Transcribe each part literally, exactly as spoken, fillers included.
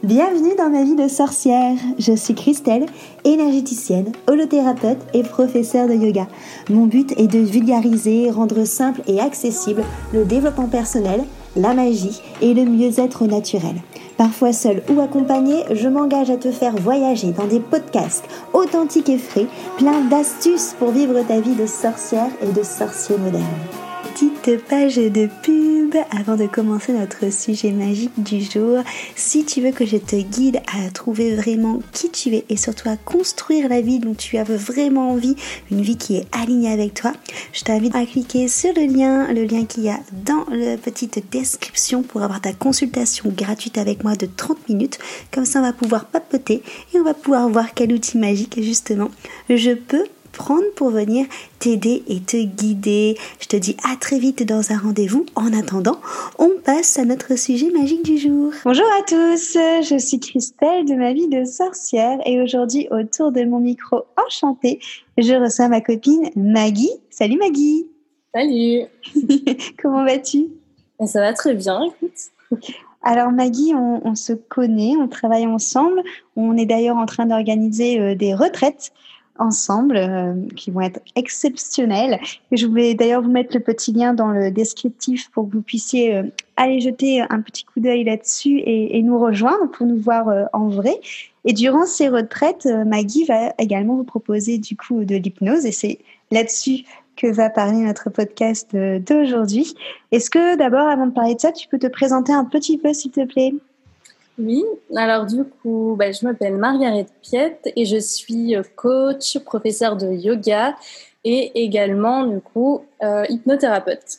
Bienvenue dans ma vie de sorcière. Je suis Christelle, énergéticienne, holothérapeute et professeure de yoga. Mon but est de vulgariser, rendre simple et accessible le développement personnel, la magie et le mieux-être naturel. Parfois seule ou accompagnée, je m'engage à te faire voyager dans des podcasts authentiques et frais, plein d'astuces pour vivre ta vie de sorcière et de sorcier moderne. Petite page de pub avant de commencer notre sujet magique du jour. Si tu veux que je te guide à trouver vraiment qui tu es et surtout à construire la vie dont tu as vraiment envie, une vie qui est alignée avec toi, je t'invite à cliquer sur le lien, le lien qu'il y a dans la petite description pour avoir ta consultation gratuite avec moi de trente minutes. Comme ça, on va pouvoir papoter et on va pouvoir voir quel outil magique justement je peux prendre pour venir t'aider et te guider. Je te dis à très vite dans un rendez-vous. En attendant, on passe à notre sujet magique du jour. Bonjour à tous, je suis Christelle de ma vie de sorcière et aujourd'hui autour de mon micro enchanté, je reçois ma copine Maggie. Salut Maggie. Salut. Comment vas-tu? Ça va très bien, écoute. Alors Maggie, on, on se connaît, on travaille ensemble. On est d'ailleurs en train d'organiser euh, des retraites ensemble, euh, qui vont être exceptionnelles. Et je voulais d'ailleurs vous mettre le petit lien dans le descriptif pour que vous puissiez euh, aller jeter un petit coup d'œil là-dessus et, et nous rejoindre pour nous voir euh, en vrai. Et durant ces retraites, euh, Maggie va également vous proposer du coup de l'hypnose et c'est là-dessus que va parler notre podcast euh, d'aujourd'hui. Est-ce que d'abord, avant de parler de ça, tu peux te présenter un petit peu, s'il te plaît ? Oui, alors du coup, bah, je m'appelle Margaret Piette et je suis coach, professeure de yoga et également du coup euh, hypnothérapeute.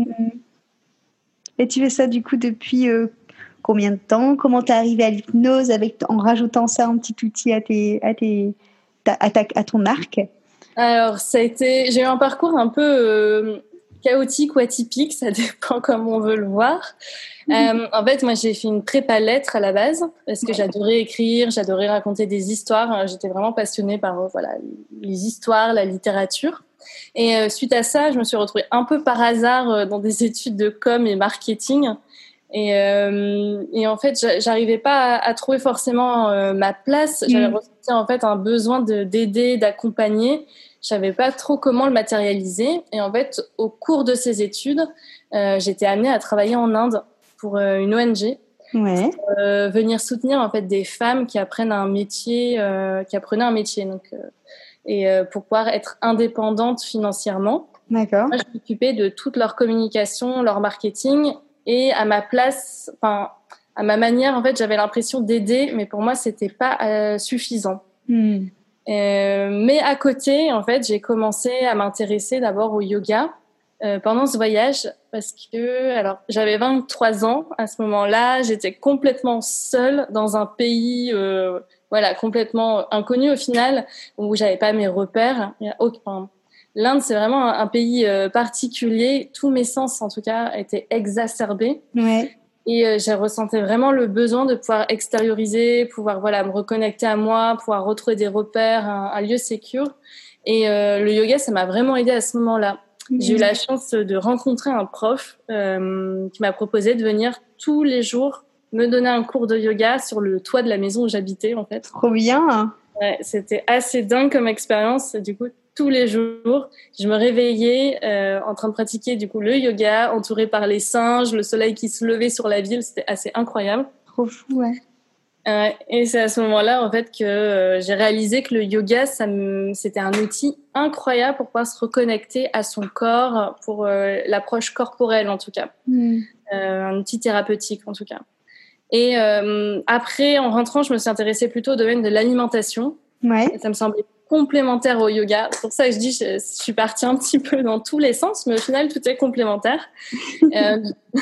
Et tu fais ça du coup depuis euh, combien de temps? Comment t'es arrivée à l'hypnose avec, en rajoutant ça un petit outil à, tes, à, tes, à, ta, à ton arc? Alors, ça a été, j'ai eu un parcours un peu euh, chaotique ou atypique, ça dépend comment on veut le voir. Euh, en fait, moi, j'ai fait une prépa lettres à la base parce que j'adorais écrire, j'adorais raconter des histoires. J'étais vraiment passionnée par euh, voilà les histoires, la littérature. Et euh, suite à ça, je me suis retrouvée un peu par hasard euh, dans des études de com et marketing. Et, euh, et en fait, j'arrivais pas à, à trouver forcément euh, ma place. J'avais mmh. ressenti en fait un besoin de d'aider, d'accompagner. Je savais pas trop comment le matérialiser. Et en fait, au cours de ces études, euh, j'étais amenée à travailler en Inde pour euh, une O N G, ouais. pour euh, venir soutenir en fait des femmes qui apprennent un métier, euh, qui apprenaient un métier, donc euh, et euh, pour pouvoir être indépendantes financièrement. D'accord. Moi, je m'occupais de toute leur communication, leur marketing, et à ma place, enfin à ma manière, en fait, j'avais l'impression d'aider, mais pour moi, c'était pas euh, suffisant. Mm. Euh, mais à côté, en fait, j'ai commencé à m'intéresser d'abord au yoga. Euh, pendant ce voyage, parce que alors j'avais vingt-trois ans à ce moment-là, j'étais complètement seule dans un pays euh, voilà complètement inconnu au final, où j'avais pas mes repères. Il y a aucun... L'Inde, c'est vraiment un, un pays euh, particulier. Tous mes sens, en tout cas, étaient exacerbés. Ouais. Et euh, j'ai ressenti vraiment le besoin de pouvoir extérioriser, pouvoir voilà me reconnecter à moi, pouvoir retrouver des repères, un, un lieu sécure. Et euh, le yoga, ça m'a vraiment aidée à ce moment-là. J'ai eu la chance de rencontrer un prof euh, qui m'a proposé de venir tous les jours me donner un cours de yoga sur le toit de la maison où j'habitais, en fait. Trop bien. Ouais, c'était assez dingue comme expérience. Du coup, tous les jours, je me réveillais euh, en train de pratiquer du coup le yoga, entourée par les singes, le soleil qui se levait sur la ville. C'était assez incroyable. Trop fou, ouais. Euh, et c'est à ce moment-là, en fait, que euh, j'ai réalisé que le yoga, ça me, c'était un outil incroyable pour pouvoir se reconnecter à son corps, pour euh, l'approche corporelle, en tout cas. Mm. Euh, un outil thérapeutique, en tout cas. Et euh, après, en rentrant, je me suis intéressée plutôt au domaine de l'alimentation. Ouais. Et ça me semblait complémentaire au yoga. C'est pour ça que je dis, je, je suis partie un petit peu dans tous les sens, mais au final, tout est complémentaire. euh,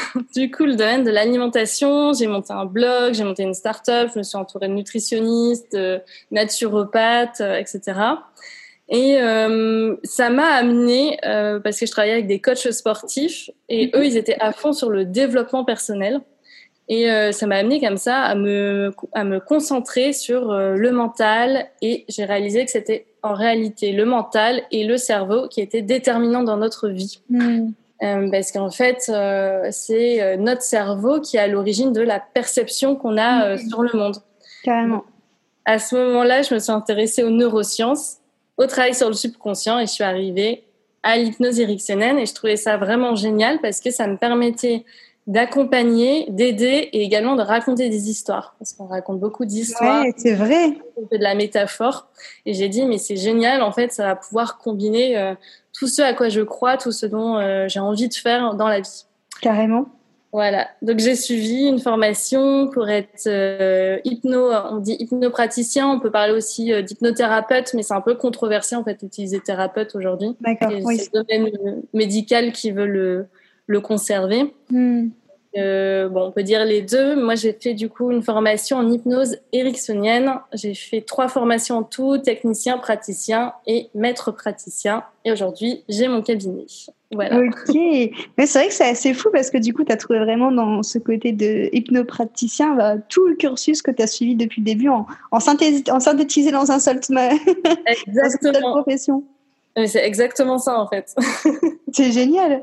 du coup, le domaine de l'alimentation, j'ai monté un blog, j'ai monté une start-up, je me suis entourée de nutritionnistes, de naturopathes, euh, et cetera. Et euh, ça m'a amenée, euh, parce que je travaillais avec des coachs sportifs, et eux, ils étaient à fond sur le développement personnel. Et euh, ça m'a amené comme ça à me à me concentrer sur euh, le mental, et j'ai réalisé que c'était en réalité le mental et le cerveau qui étaient déterminants dans notre vie. Mm. Euh, parce qu'en fait, euh, c'est euh, notre cerveau qui est à l'origine de la perception qu'on a euh, sur le monde. Carrément. Donc, à ce moment-là, je me suis intéressée aux neurosciences, au travail sur le subconscient, et je suis arrivée à l'hypnose ericksonienne, et je trouvais ça vraiment génial parce que ça me permettait d'accompagner, d'aider et également de raconter des histoires. Parce qu'on raconte beaucoup d'histoires. Ouais, c'est vrai. On fait de la métaphore. Et j'ai dit, mais c'est génial, en fait, ça va pouvoir combiner euh, tout ce à quoi je crois, tout ce dont euh, j'ai envie de faire dans la vie. Carrément. Voilà. Donc, j'ai suivi une formation pour être euh, hypno, on dit hypnopraticien. On peut parler aussi euh, d'hypnothérapeute, mais c'est un peu controversé, en fait, d'utiliser thérapeute aujourd'hui. D'accord, et oui. C'est le domaine euh, médical qui veut le, le conserver. Hmm. Euh, bon, on peut dire les deux. Moi, j'ai fait du coup une formation en hypnose ericksonienne. J'ai fait trois formations en tout, technicien, praticien et maître praticien. Et aujourd'hui, j'ai mon cabinet. Voilà. Ok. Mais c'est vrai que c'est assez fou parce que du coup, tu as trouvé vraiment dans ce côté de hypnopraticien bah, tout le cursus que tu as suivi depuis le début en, en, synthés- en synthétisé dans un seul, dans une seule profession. Mais c'est exactement ça en fait. C'est génial.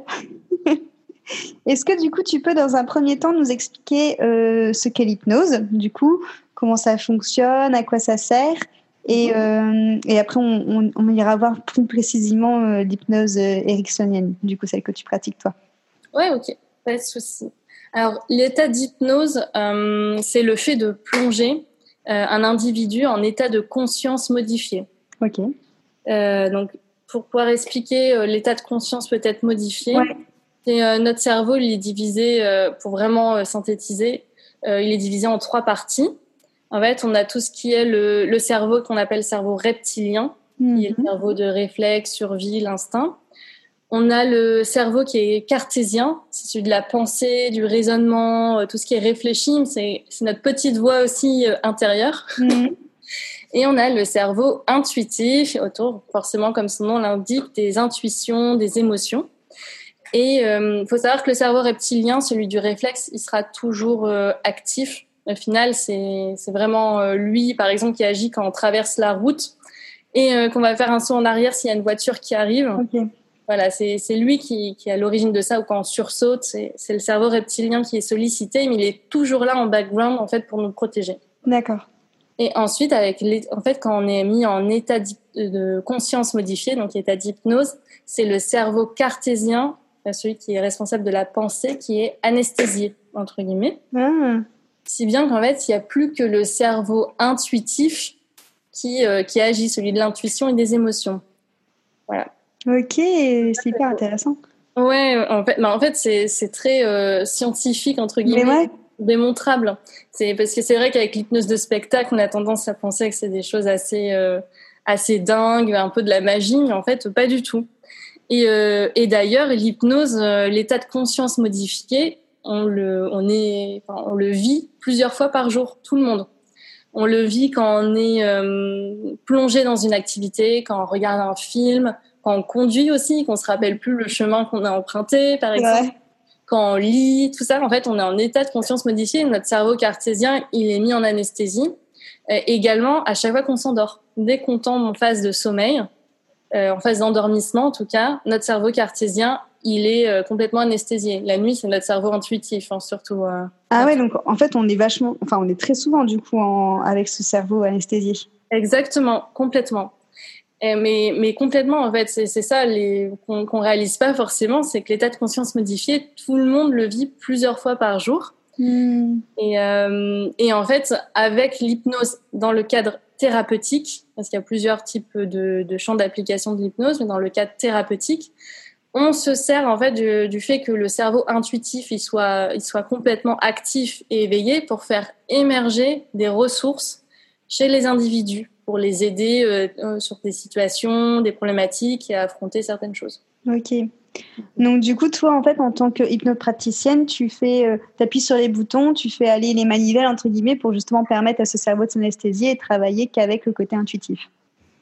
Est-ce que du coup, tu peux dans un premier temps nous expliquer euh, ce qu'est l'hypnose, du coup, comment ça fonctionne, à quoi ça sert, et, euh, et après on, on, on ira voir plus précisément euh, l'hypnose euh, ericksonienne, du coup celle que tu pratiques toi. Ouais, ok, pas de souci. Alors l'état d'hypnose, euh, c'est le fait de plonger euh, un individu en état de conscience modifié. Ok. Euh, donc pour pouvoir expliquer euh, l'état de conscience peut-être modifié. Ouais. Et, euh, notre cerveau, il est divisé, euh, pour vraiment euh, synthétiser, euh, il est divisé en trois parties. En fait, on a tout ce qui est le, le cerveau qu'on appelle cerveau reptilien, mm-hmm. qui est le cerveau de réflexe, survie, l'instinct. On a le cerveau qui est cartésien, c'est celui de la pensée, du raisonnement, euh, tout ce qui est réfléchi, c'est, c'est notre petite voix aussi euh, intérieure. Mm-hmm. Et on a le cerveau intuitif, autour, forcément, comme son nom l'indique, des intuitions, des émotions. Et il euh, faut savoir que le cerveau reptilien, celui du réflexe, il sera toujours euh, actif. Au final, c'est, c'est vraiment euh, lui, par exemple, qui agit quand on traverse la route et euh, qu'on va faire un saut en arrière s'il y a une voiture qui arrive. Okay. Voilà, c'est, c'est lui qui, qui est à l'origine de ça, ou quand on sursaute, c'est, c'est le cerveau reptilien qui est sollicité, mais il est toujours là en background, en fait, pour nous protéger. D'accord. Et ensuite, avec les, en fait, quand on est mis en état de conscience modifié, donc état d'hypnose, c'est le cerveau cartésien, celui qui est responsable de la pensée, qui est anesthésié, entre guillemets. Ah. Si bien qu'en fait, il n'y a plus que le cerveau intuitif qui, euh, qui agit, celui de l'intuition et des émotions. Voilà. Ok, c'est hyper intéressant. Ouais, en fait, bah en fait c'est, c'est très euh, scientifique, entre guillemets, Mais ouais. démontrable. C'est, parce que c'est vrai qu'avec l'hypnose de spectacle, on a tendance à penser que c'est des choses assez, euh, assez dingues, un peu de la magie, mais en fait, pas du tout. Et, euh, et d'ailleurs, l'hypnose, euh, l'état de conscience modifié, on le, on est, enfin, on le vit plusieurs fois par jour, tout le monde. On le vit quand on est euh, plongé dans une activité, quand on regarde un film, quand on conduit aussi, qu'on se rappelle plus le chemin qu'on a emprunté, par exemple. Ouais. Quand on lit, tout ça, en fait, on est en état de conscience modifié. Notre cerveau cartésien, il est mis en anesthésie. Euh, également, à chaque fois qu'on s'endort, dès qu'on tombe en phase de sommeil, Euh, en phase d'endormissement en tout cas, notre cerveau cartésien, il est euh, complètement anesthésié. La nuit, c'est notre cerveau intuitif, hein, surtout. Euh, ah ouais, donc en fait, on est vachement, enfin, on est très souvent du coup en, avec ce cerveau anesthésié. Exactement, complètement. Et, mais, mais complètement, en fait, c'est, c'est ça les, qu'on, qu'on réalise pas forcément, c'est que l'état de conscience modifié, tout le monde le vit plusieurs fois par jour. Mmh. Et, euh, et en fait, avec l'hypnose dans le cadre thérapeutique, parce qu'il y a plusieurs types de, de champs d'application de l'hypnose, mais dans le cadre thérapeutique, on se sert en fait du, du fait que le cerveau intuitif il soit, il soit complètement actif et éveillé pour faire émerger des ressources chez les individus, pour les aider euh, sur des situations, des problématiques et à affronter certaines choses. Ok. Donc du coup, toi, en fait, en tant que hypnopraticienne, tu fais, euh, t'appuies sur les boutons, tu fais aller les manivelles entre guillemets pour justement permettre à ce cerveau de s'anesthésier et travailler qu'avec le côté intuitif.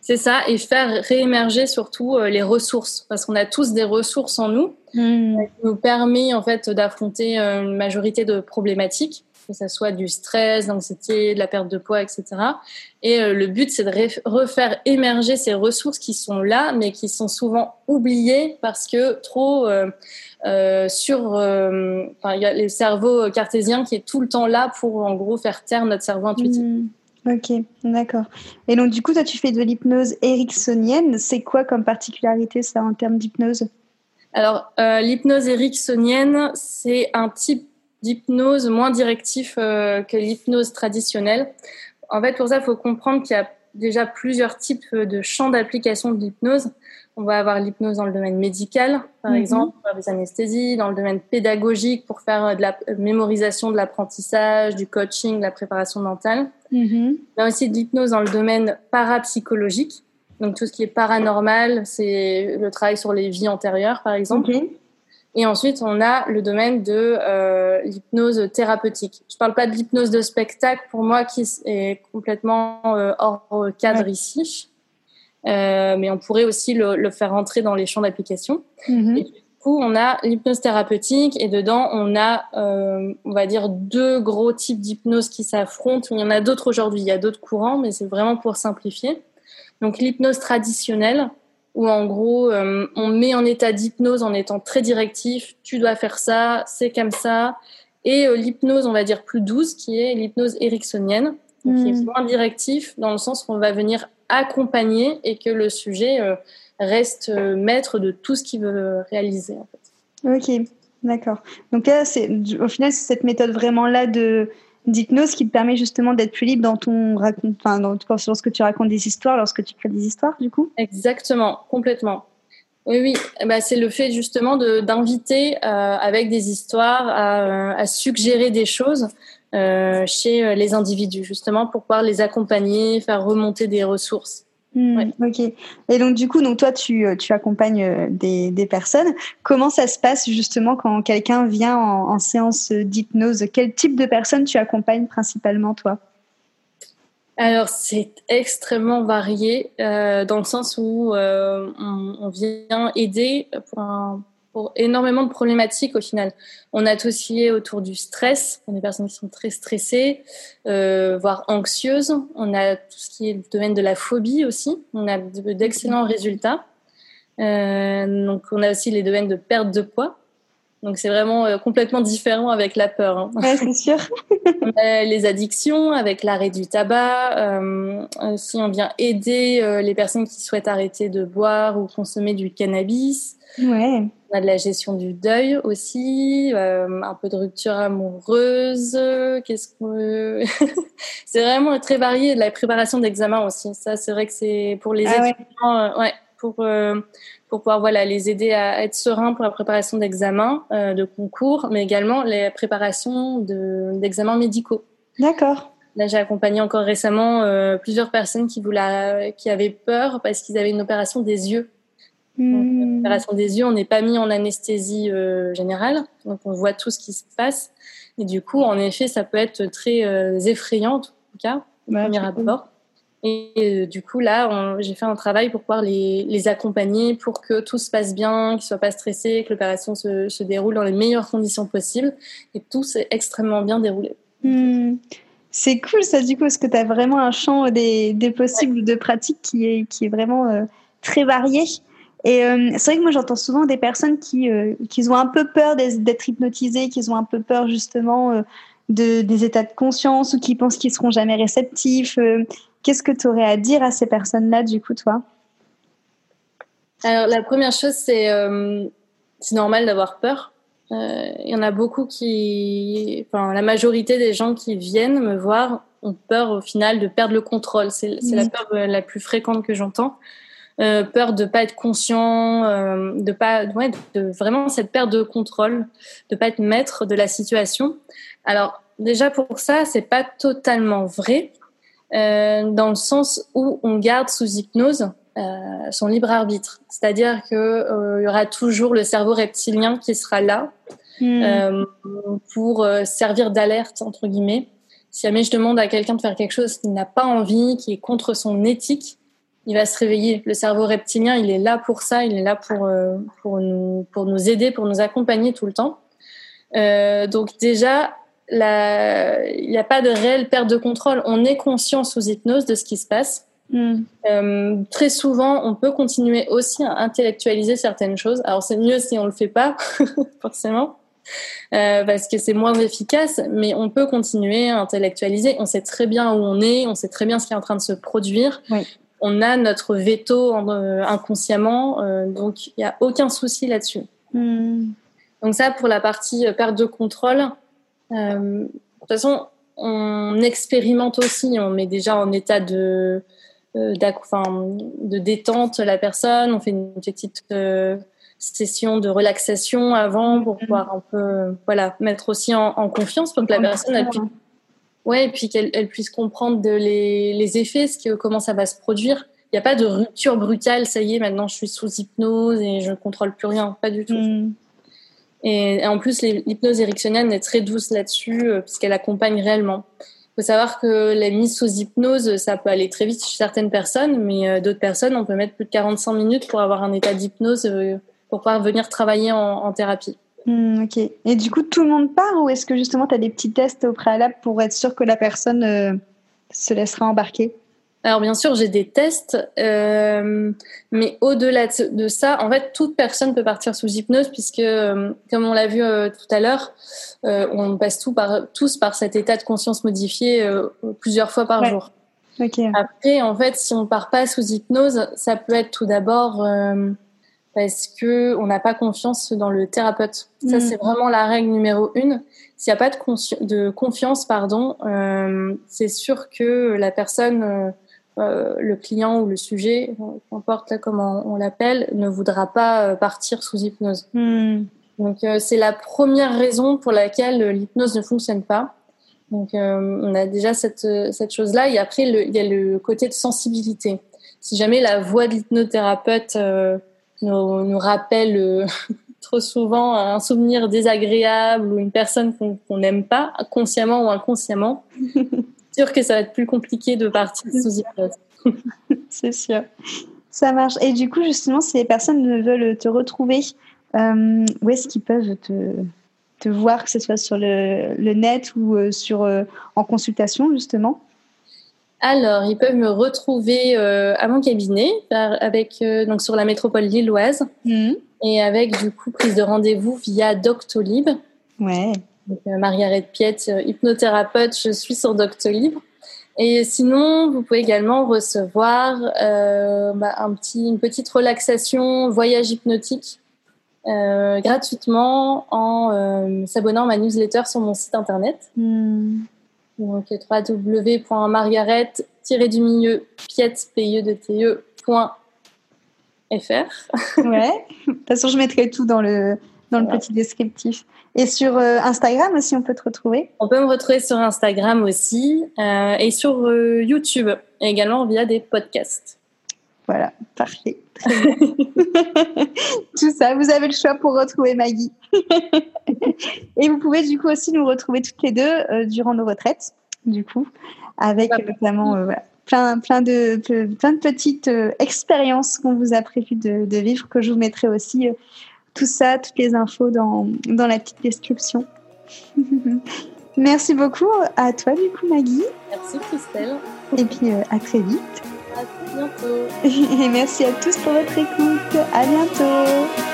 C'est ça, et faire réémerger surtout euh, les ressources, parce qu'on a tous des ressources en nous, mmh. qui nous permet en fait d'affronter euh, une majorité de problématiques, que ce soit du stress, de l'anxiété, de la perte de poids, et cetera. Et euh, le but, c'est de ré- refaire émerger ces ressources qui sont là, mais qui sont souvent oubliées parce que trop euh, euh, sur, euh, enfin, il y a le cerveau cartésien qui est tout le temps là pour en gros faire taire notre cerveau intuitif. Mmh. Ok, d'accord. Et donc, du coup, toi, tu fais de l'hypnose ericksonienne. C'est quoi comme particularité, ça, en termes d'hypnose ? Alors, euh, l'hypnose ericksonienne, c'est un type d'hypnose moins directif euh, que l'hypnose traditionnelle. En fait, pour ça, il faut comprendre qu'il y a déjà plusieurs types de champs d'application de l'hypnose. On va avoir l'hypnose dans le domaine médical, par mm-hmm. exemple, pour faire des anesthésies, dans le domaine pédagogique, pour faire de la mémorisation de l'apprentissage, du coaching, de la préparation mentale. Mm-hmm. Il y a aussi de l'hypnose dans le domaine parapsychologique. Donc, tout ce qui est paranormal, c'est le travail sur les vies antérieures, par exemple. Okay. Et ensuite, on a le domaine de euh, l'hypnose thérapeutique. Je ne parle pas de l'hypnose de spectacle, pour moi, qui est complètement euh, hors cadre ouais. ici. Euh, mais on pourrait aussi le, le faire rentrer dans les champs d'application. Mm-hmm. Et du coup, on a l'hypnose thérapeutique et dedans, on a, euh, on va dire, deux gros types d'hypnose qui s'affrontent. Il y en a d'autres aujourd'hui, il y a d'autres courants, mais c'est vraiment pour simplifier. Donc, l'hypnose traditionnelle, où en gros, euh, on met en état d'hypnose en étant très directif, tu dois faire ça, c'est comme ça. Et euh, l'hypnose, on va dire, plus douce, qui est l'hypnose ericksonienne, mmh. qui est moins directif, dans le sens qu'on va venir accompagner et que le sujet euh, reste euh, maître de tout ce qu'il veut réaliser. En fait. Ok, d'accord. Donc là, c'est, au final, c'est cette méthode vraiment-là de... d'hypnose qui te permet justement d'être plus libre dans ton raconte, enfin dans lorsque tu racontes des histoires, lorsque tu crées des histoires, du coup. Exactement, complètement. Oui, oui. Bah, c'est le fait justement de d'inviter euh, avec des histoires à, à suggérer des choses euh, chez les individus, justement pour pouvoir les accompagner, faire remonter des ressources. Mmh, ouais. Ok. Et donc du coup, donc toi, tu tu accompagnes des des personnes. Comment ça se passe justement quand quelqu'un vient en, en séance d'hypnose ? Quel type de personnes tu accompagnes principalement, toi ? Alors c'est extrêmement varié euh, dans le sens où euh, on, on vient aider pour un pour énormément de problématiques au final. On a tout ce qui est autour du stress, on a des personnes qui sont très stressées, euh, voire anxieuses. On a tout ce qui est le domaine de la phobie aussi. On a d'excellents résultats. Euh, donc on a aussi les domaines de perte de poids. Donc c'est vraiment euh, complètement différent avec la peur. Hein. Ouais, c'est sûr. On a les addictions avec l'arrêt du tabac. Euh, aussi on vient aider euh, les personnes qui souhaitent arrêter de boire ou consommer du cannabis. Ouais. On a de la gestion du deuil aussi, euh, un peu de rupture amoureuse. Qu'est-ce que c'est vraiment très varié. De la préparation d'examen aussi. Ça, c'est vrai que c'est pour les ah, étudiants, ouais. Euh, ouais, pour euh, pour pouvoir voilà les aider à être sereins pour la préparation d'examens, euh, de concours, mais également les préparations de d'examens médicaux. D'accord. Là, j'ai accompagné encore récemment euh, plusieurs personnes qui voulaient, qui avaient peur parce qu'ils avaient une opération des yeux. Donc, mmh. L'opération des yeux, on n'est pas mis en anesthésie euh, générale, donc on voit tout ce qui se passe. Et du coup, en effet, ça peut être très euh, effrayant, en tout cas, au ouais, premier abord. Et euh, du coup, là, on, j'ai fait un travail pour pouvoir les, les accompagner pour que tout se passe bien, qu'ils ne soient pas stressés, que l'opération se, se déroule dans les meilleures conditions possibles. Et tout s'est extrêmement bien déroulé. Mmh. C'est cool, ça, du coup, parce que tu as vraiment un champ des, des possibles ouais. de pratiques qui est, qui est vraiment euh, très varié. Et euh, c'est vrai que moi, j'entends souvent des personnes qui, euh, qui ont un peu peur d'être hypnotisées, qui ont un peu peur, justement, euh, de, des états de conscience ou qui pensent qu'ils ne seront jamais réceptifs. Euh, qu'est-ce que tu aurais à dire à ces personnes-là, du coup, toi ? Alors, la première chose, c'est euh, c'est normal d'avoir peur. Il euh, y en a beaucoup qui... Enfin, la majorité des gens qui viennent me voir ont peur, au final, de perdre le contrôle. C'est, c'est mmh. la peur la plus fréquente que j'entends. Euh, peur de pas être conscient, euh, de pas, ouais, de, de vraiment cette perte de contrôle, de pas être maître de la situation. Alors déjà pour ça, c'est pas totalement vrai, euh, dans le sens où on garde sous hypnose euh, son libre arbitre. C'est-à-dire que euh, il y aura toujours le cerveau reptilien qui sera là mmh. euh, pour euh, servir d'alerte entre guillemets. Si jamais je demande à quelqu'un de faire quelque chose qu'il n'a pas envie, qui est contre son éthique, il va se réveiller. Le cerveau reptilien, il est là pour ça, il est là pour euh, pour nous pour nous aider, pour nous accompagner tout le temps. Euh, donc déjà, la... il n'y a pas de réelle perte de contrôle. On est conscient sous hypnose de ce qui se passe. Mm. Euh, très souvent, on peut continuer aussi à intellectualiser certaines choses. Alors c'est mieux si on le fait pas, forcément. Euh, parce que c'est moins efficace, mais on peut continuer à intellectualiser. On sait très bien où on est, on sait très bien ce qui est en train de se produire. Oui. On a notre veto euh, inconsciemment, euh, donc il n'y a aucun souci là-dessus. Mm. Donc ça, pour la partie euh, perte de contrôle, euh, de toute façon, on expérimente aussi, on met déjà en état de, euh, de détente la personne, on fait une petite... Euh, session de relaxation avant pour pouvoir un peu voilà mettre aussi en, en confiance pour que la personne elle puisse, ouais et puis qu'elle elle puisse comprendre de les, les effets, ce que comment ça va se produire. Il n'y a pas de rupture brutale, ça y est maintenant je suis sous hypnose et je ne contrôle plus rien, pas du tout. Mm. Et, et en plus l'hypnose ericksonienne est très douce là-dessus euh, puisqu'elle accompagne réellement. Il faut savoir que la mise sous hypnose, ça peut aller très vite chez certaines personnes, mais euh, d'autres personnes, on peut mettre plus de quarante-cinq minutes pour avoir un état d'hypnose euh, pour pouvoir venir travailler en, en thérapie. Mmh, ok. Et du coup, tout le monde part ou est-ce que justement tu as des petits tests au préalable pour être sûr que la personne euh, se laissera embarquer ? Alors bien sûr, j'ai des tests, euh, mais au-delà de, de ça, en fait, toute personne peut partir sous hypnose puisque, euh, comme on l'a vu euh, tout à l'heure, euh, on passe tout par, tous par cet état de conscience modifié euh, plusieurs fois par ouais. jour. Okay. Après, en fait, si on part pas sous hypnose, ça peut être tout d'abord... Euh, parce que on n'a pas confiance dans le thérapeute. Mmh. Ça, c'est vraiment la règle numéro une. S'il n'y a pas de, consci- de confiance, pardon, euh, c'est sûr que la personne, euh, euh, le client ou le sujet, peu importe là comment on, on l'appelle, ne voudra pas euh, partir sous hypnose. Mmh. Donc, euh, c'est la première raison pour laquelle l'hypnose ne fonctionne pas. Donc, euh, on a déjà cette, cette chose-là. Et après, le, il y a le côté de sensibilité. Si jamais la voix de l'hypnothérapeute... Euh, Nous, nous rappelle euh, trop souvent un souvenir désagréable ou une personne qu'on qu'on n'aime pas, consciemment ou inconsciemment, c'est sûr que ça va être plus compliqué de partir sous hypnose. C'est sûr. Ça marche. Et du coup, justement, si les personnes veulent te retrouver, euh, où est-ce qu'ils peuvent te, te voir, que ce soit sur le, le net ou euh, sur, euh, en consultation, justement ? Alors, ils peuvent me retrouver euh, à mon cabinet, avec euh, donc sur la métropole lilloise, mmh. et avec du coup prise de rendez-vous via Doctolib. Ouais. Donc, euh, Margaret Piette, euh, hypnothérapeute, je suis sur Doctolib. Et sinon, vous pouvez également recevoir euh, bah, un petit, une petite relaxation, voyage hypnotique, euh, gratuitement en euh, s'abonnant à ma newsletter sur mon site internet. Mmh. Donc, w w w point margaret tiret du milieu piette point f r. Ouais. De toute façon, je mettrai tout dans le, dans le voilà. petit descriptif. Et sur euh, Instagram aussi, on peut te retrouver ? On peut me retrouver sur Instagram aussi euh, et sur euh, YouTube, et également via des podcasts. Voilà, parfait. Très bien. Tout ça, vous avez le choix pour retrouver Maggie. Et vous pouvez du coup aussi nous retrouver toutes les deux euh, durant nos retraites, du coup, avec ouais. notamment euh, voilà, plein, plein, de, plein de petites euh, expériences qu'on vous a prévu de, de vivre, que je vous mettrai aussi euh, tout ça, toutes les infos dans, dans la petite description. Merci beaucoup à toi, du coup, Maggie. Merci, Christelle. Et puis euh, à très vite. À très bientôt. Et merci à tous pour votre écoute. À bientôt.